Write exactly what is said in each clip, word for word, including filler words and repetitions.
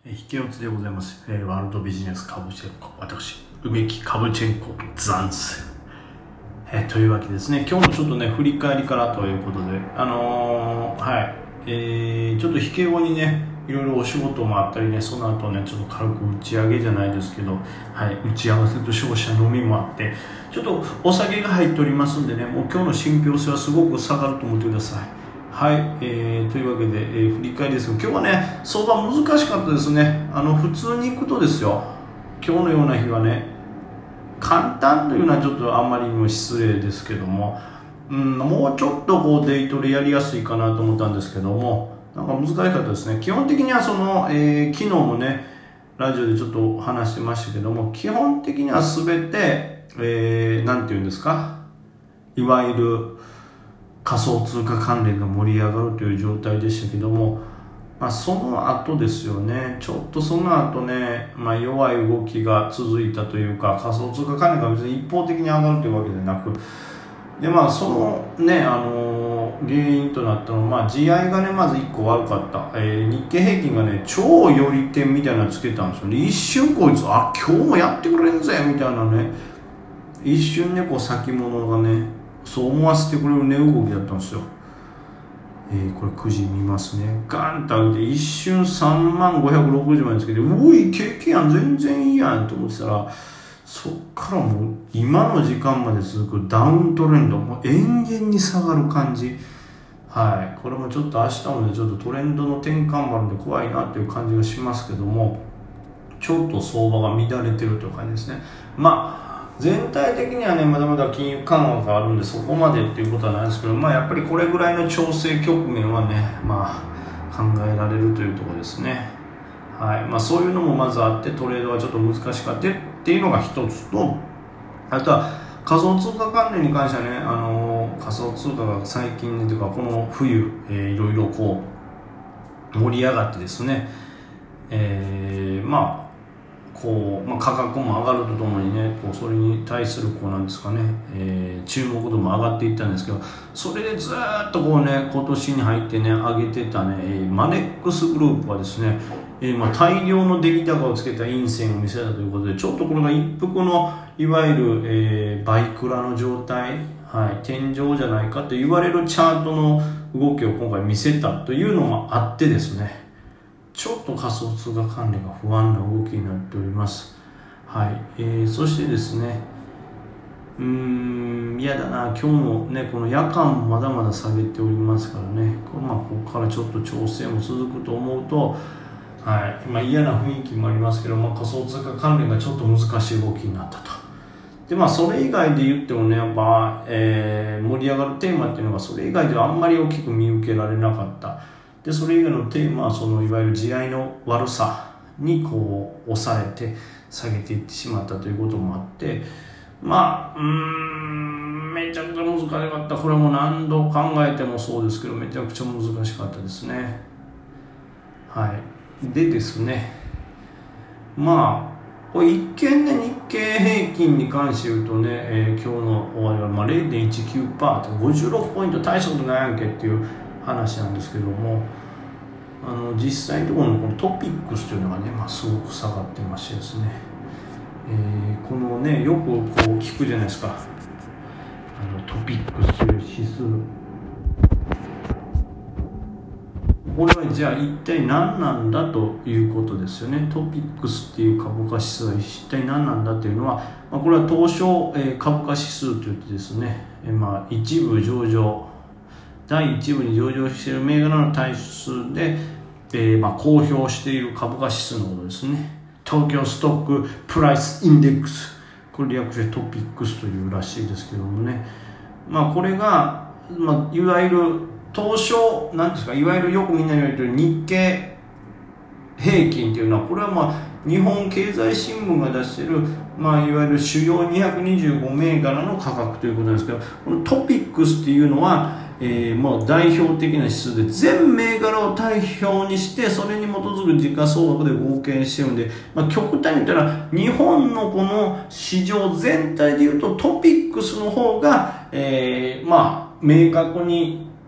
引け落ちでございます。えー、ワールドビジネス株チェンコ、私、梅木株チェンコ、ザンス。えー、というわけですね、今日のちょっとね、振り返りからということで、あのー、はい、えー、ちょっと引け後にね、いろいろお仕事もあったりね、その後ね、ちょっと軽く打ち上げじゃないですけど、はい、打ち合わせと商社のみもあって、ちょっとお酒が入っておりますんでね、もう今日の信憑性はすごく下がると思ってください。はい、えー、というわけで、えー、振り返りですけど、今日はね、相場難しかったですね。あの、普通に行くとですよ、今日のような日はね、簡単というのはちょっとあんまりにも失礼ですけども、うん、もうちょっとこうデイトレやりやすいかなと思ったんですけども、なんか難しかったですね。基本的にはその、えー、昨日もね、ラジオでちょっと話してましたけども、基本的には全て、えー、なんていうんですか、いわゆる仮想通貨関連が盛り上がるという状態でしたけども、まあ、その後ですよね、ちょっとその後ね、まあ、弱い動きが続いたというか、仮想通貨関連が別に一方的に上がるというわけでなく、でまあそのね、あのー、原因となったのは、まあ、地合いがねまずいっこ悪かった、えー、日経平均がね超寄り点みたいなのつけたんですよね。一瞬こいつあ今日もやってくれんぜみたいなね、一瞬ねこう先物がねそう思わせてくれる値動きだったんですよ。えー、これくじ見ますね、ガンと上げて一瞬さんまんごひゃくろくじゅうまでつけて、うおい経験やん全然いいやんと思ってたら、そっからもう今の時間まで続くダウントレンド、もう延々に下がる感じ。はい、これもちょっと明日もねちょっとトレンドの転換もあるんで怖いなっていう感じがしますけども、ちょっと相場が乱れてるという感じですね。まあ全体的にはねまだまだ金融緩和があるんでそこまでっていうことはないですけど、まあやっぱりこれぐらいの調整局面はねまあ考えられるというところですね。はい、まあそういうのもまずあって、トレードはちょっと難しかったっていうのが一つと、あとは仮想通貨関連に関してはね、あのー、仮想通貨が最近ねというかこの冬、えー、いろいろこう盛り上がってですね、えー、まあこう、まあ、価格も上がるとともにねこうそれに対するこうなんですかね、えー、注目度も上がっていったんですけど、それでずっとこうね今年に入ってね上げてたね、えー、マネックスグループはですね、えー、まあ大量の出来高をつけた陰線を見せたということで、ちょっとこれが一服のいわゆる、えー、バイクラの状態、はい、天井じゃないかと言われるチャートの動きを今回見せたというのもあってですね、ちょっと仮想通貨関連が不安な動きになっております。はい、えー、そしてですね、うーん、嫌だな、今日もね、この夜間もまだまだ下げておりますからね、こ, まあ、ここからちょっと調整も続くと思うと、はいまあ、嫌な雰囲気もありますけど、まあ、仮想通貨関連がちょっと難しい動きになったと。でまあ、それ以外で言ってもね、やっぱ、えー、盛り上がるテーマっていうのがそれ以外ではあんまり大きく見受けられなかった。でそれ以外のテーマはそのいわゆる地合いの悪さにこう抑えて下げていってしまったということもあって、まあうーんめちゃくちゃ難しかった。これも何度考えてもそうですけどめちゃくちゃ難しかったですね。はいでですね、まあこれ一見ね日経平均に関して言うとね、えー、今日の終わりはまあ ゼロてんいちきゅうパーセント ごじゅうろくポイント大したことないやんけっていう話なんですけども、あの実際のところのこのトピックスというのがね、まあ、すごく下がってましてですね、えー、このねよくこう聞くじゃないですか、あのトピックスという指数、これはじゃあ一体何なんだということですよね。トピックスっていう株価指数は一体何なんだというのは、まあ、これは東証株価指数といってですね、えー、まあ一部上場だいいち部に上場している銘柄の対数で、えーまあ、公表している株価指数のことですね。東京ストックプライスインデックス、これ略してトピックスというらしいですけどもね、まあ、これが、まあ、いわゆる東証なんですか、いわゆるよくみんなに言われている日経平均というのは、これはまあ日本経済新聞が出している、まあ、いわゆる主要にひゃくにじゅうご銘柄の価格ということなんですけど、このトピックスっていうのは、えー、もう代表的な指数で全銘柄を対象にしてそれに基づく時価総額で合計してるんで、まあ、極端に言ったら日本のこの市場全体でいうとトピックスの方が、えー、まあ明確に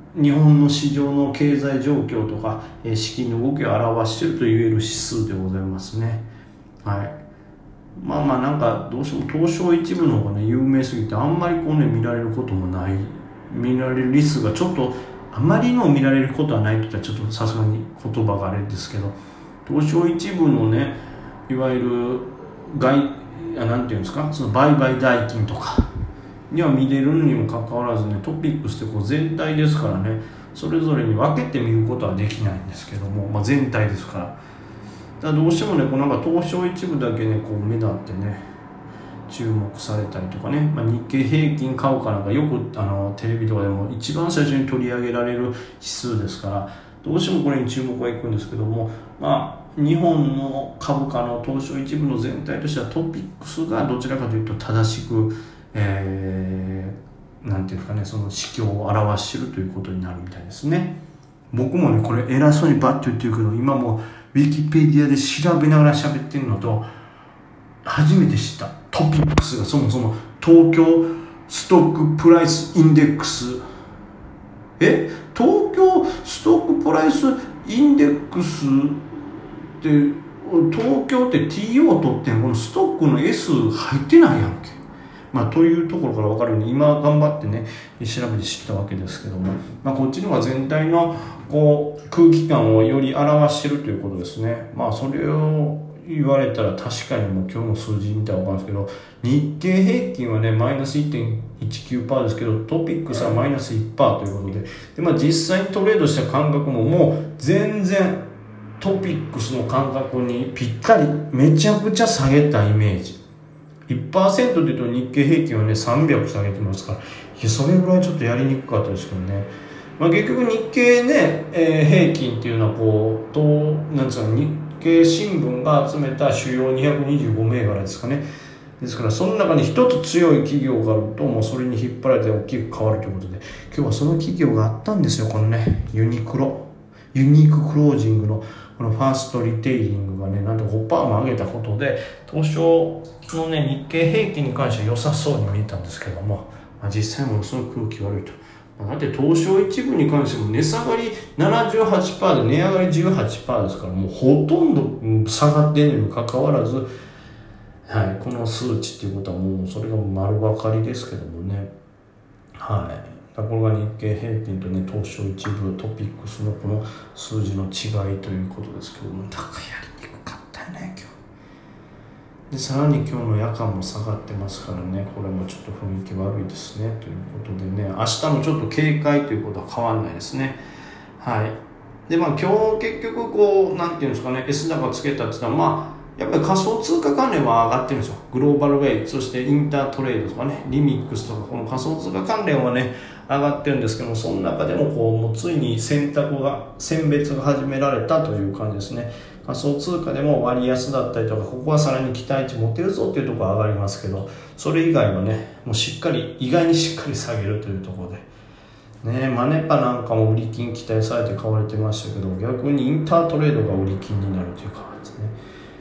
日本の市場の経済状況とか、えー、資金の動きを表していると言える指数でございますね。はい。まあまあなんかどうしても東証一部の方がね有名すぎてあんまりこうね見られることもない見られるリスクがちょっとあまりの見られることはないといったらちょっとさすがに言葉があれですけど、東証一部のねいわゆる外なんていうんですか、その売買代金とかには見れるにもかかわらずね、トピックスってこう全体ですからね、それぞれに分けて見ることはできないんですけども、まあ、全体ですから、だからどうしてもねこうなんか東証一部だけねこう目立ってね注目されたりとかね、まあ、日経平均株価なんかよくあのテレビとかでも一番最初に取り上げられる指数ですから、どうしてもこれに注目がいくんですけども、まあ日本の株価の東証一部の全体としてはトピックスがどちらかというと正しく、えー、なんていうかね、その指標を表しているということになるみたいですね。僕もねこれ偉そうにバッと言ってるけど、今もウィキペディアで調べながら喋ってるのと初めて知った。トピックスがそもそも東京ストックプライスインデックス、え東京ストックプライスインデックスって東京って ティーオー 取ってんこのストックの S 入ってないやんけ。まあというところから分かるように今頑張ってね調べて知ったわけですけども、まあ、こっちの方が全体のこう空気感をより表しているということですね。まあそれを言われたら確かにもう今日の数字見たら分かるんですけど、日経平均はねマイナス いってんいちきゅうパーセント ですけど、トピックスはマイナス いちパーセント ということで、で、まあ、実際にトレードした感覚ももう全然トピックスの感覚にぴったりめちゃくちゃ下げたイメージ。いちパーセント で言うと日経平均はねさんびゃく下げてますから、いやそれぐらいちょっとやりにくかったですけどね。まあ、結局日経ね、えー、平均っていうのはこうとなんですか、日経新聞が集めた主要にひゃくにじゅうご銘柄ですかね。ですからその中に一つ強い企業があるともうそれに引っ張られて大きく変わるということで、今日はその企業があったんですよ。このねユニクロユニーククロージングのこのファーストリテイリングがねなんと ごパーセント も上げたことで東証のね日経平均に関しては良さそうに見えたんですけども、まあ、実際もその空気悪いと。だって東証一部に関しても値下がり ななじゅうはちパーセント で値上がり じゅうはちパーセント ですから、もうほとんど下がっているにもかかわらず、はい、この数値っていうことはもうそれが丸分かりですけどもね。はい、これが日経平均とね東証一部トピックスのこの数字の違いということですけども、なんかやりにくかったよね今日で、さらに今日の夜間も下がってますからね、これもちょっと雰囲気悪いですねということでね、明日もちょっと警戒ということは変わらないですね。はい。でまあ今日結局こうなんていうんですかね S 高つけたって言ったら、まあやっぱり仮想通貨関連は上がってるんですよ。グローバルウェイ、そしてインタートレードとかね、リミックスとか、この仮想通貨関連はね上がってるんですけども、その中でもこうもうついに選択が選別が始められたという感じですね。仮想通貨でも割安だったりとか、ここはさらに期待値持てるぞっていうところは上がりますけど、それ以外はねもうしっかり意外にしっかり下げるというところでね、マネパなんかも売り金期待されて買われてましたけど、逆にインタートレードが売り金になるという感じですね。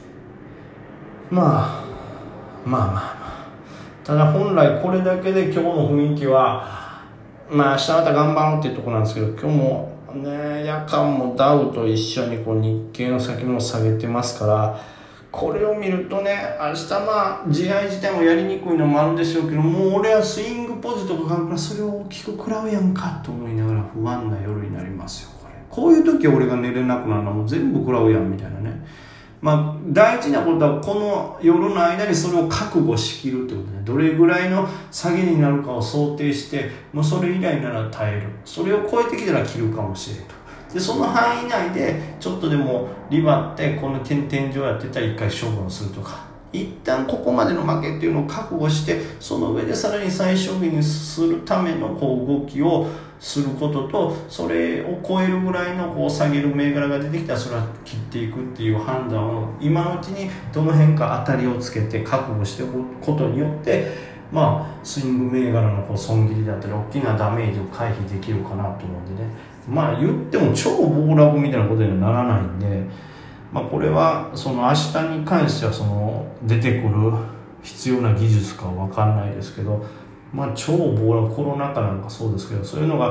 まあまあまあまあ、ただ本来これだけで今日の雰囲気はまあ明日また頑張ろうっていうところなんですけど、今日もね夜間もダウと一緒にこう日経の先も下げてますから、これを見るとね明日まあ地合い自体もやりにくいのもあるんでしょうけど、もう俺はスイングポジとか買うからそれを大きく食らうやんかと思いながら不安な夜になりますよ。これこういう時俺が寝れなくなるのはもう全部食らうやんみたいなね。まあ大事なことはこの夜の間にそれを覚悟しきるってことね。どれぐらいの下げになるかを想定して、もうそれ以外なら耐える、それを超えてきたら切るかもしれんと。でその範囲内でちょっとでもリバってこの天井やってたら一回処分するとか、一旦ここまでの負けっていうのを覚悟して、その上でさらに最小限にするためのこう動きをすることと、それを超えるぐらいのこう下げる銘柄が出てきたらそれは切っていくっていう判断を今のうちにどの辺か当たりをつけて覚悟しておくことによって、まあスイング銘柄のこう損切りだったり大きなダメージを回避できるかなと思うんでね、まあ言っても超暴落みたいなことにはならないんで、まあこれはその明日に関してはその出てくる必要な技術かは分かんないですけど、まあ超暴落、コロナ禍なんかそうですけど、そういうのが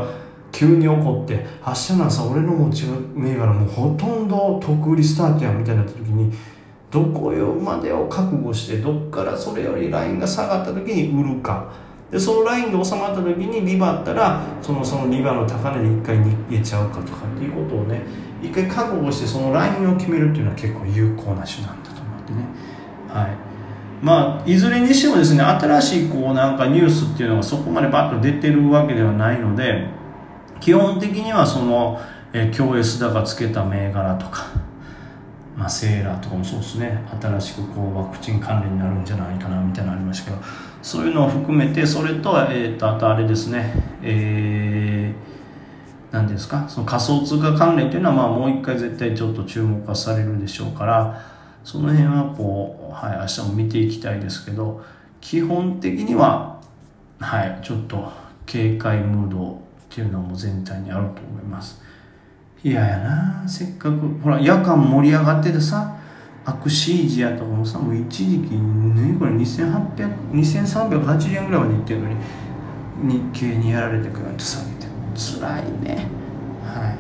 急に怒って明日の朝俺の持ち銘柄もうほとんど得売りスタートやみたいになった時に、どこよまでを覚悟して、どっからそれよりラインが下がった時に売るかで、そのラインが収まった時にリバったらそのそのリバの高値で一回逃げちゃうかとかっていうことをね、一回覚悟してそのラインを決めるっていうのは結構有効な手段だと思ってね。はい。まあいずれにしてもですね、新しいこうなんかニュースっていうのがそこまでバッと出てるわけではないので、基本的にはそのえ強 S 高つけた銘柄とか、まあ、セーラーとかもそうですね、新しくこうワクチン関連になるんじゃないかなみたいなのありましたけど、そういうのを含めて、それと、えー、とあとあれですね、えー、何ですか、その仮想通貨関連というのはまあもう一回絶対ちょっと注目はされるでしょうから、その辺はこう、はい、明日も見ていきたいですけど、基本的には、はい、ちょっと警戒ムードっていうのも全体にあると思います。いややな、せっかくほら夜間盛り上がっててさ、アクシージアとかもさ、もう一時期ね、これにせんはっぴゃく、にせんさんびゃくはちじゅうえんぐらいまでいってるのに、日経にやられてくると下げてつらいね。はい、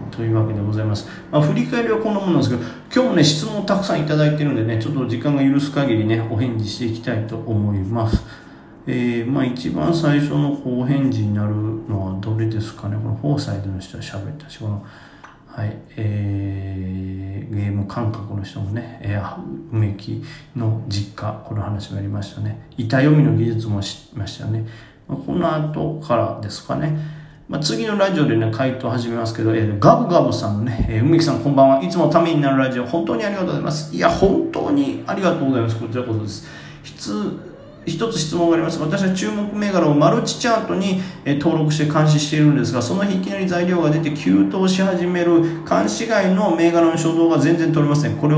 というわけでございます。まあ、振り返りはこんなものなんですけど、今日もね質問をたくさんいただいてるんでね、ちょっと時間が許す限りねお返事していきたいと思います。えー、まあ一番最初のお返事になるのはどれですかね。このフォーサイドの人は喋ったし、このはい、えー、ゲーム感覚の人もね、えー、梅木の実家、この話もやりましたね。板読みの技術も知りましたよね。まあ、この後からですかね。まあ、次のラジオでね、回答始めますけど、えー、ガブガブさんのね、えー、梅木さんこんばんは。いつもためになるラジオ、本当にありがとうございます。いや、本当にありがとうございます。こちらこそです。一つ質問があります。私は注目銘柄をマルチチャートに登録して監視しているんですが、その日いきなり材料が出て急騰し始める監視外の銘柄の初動が全然取れません。これを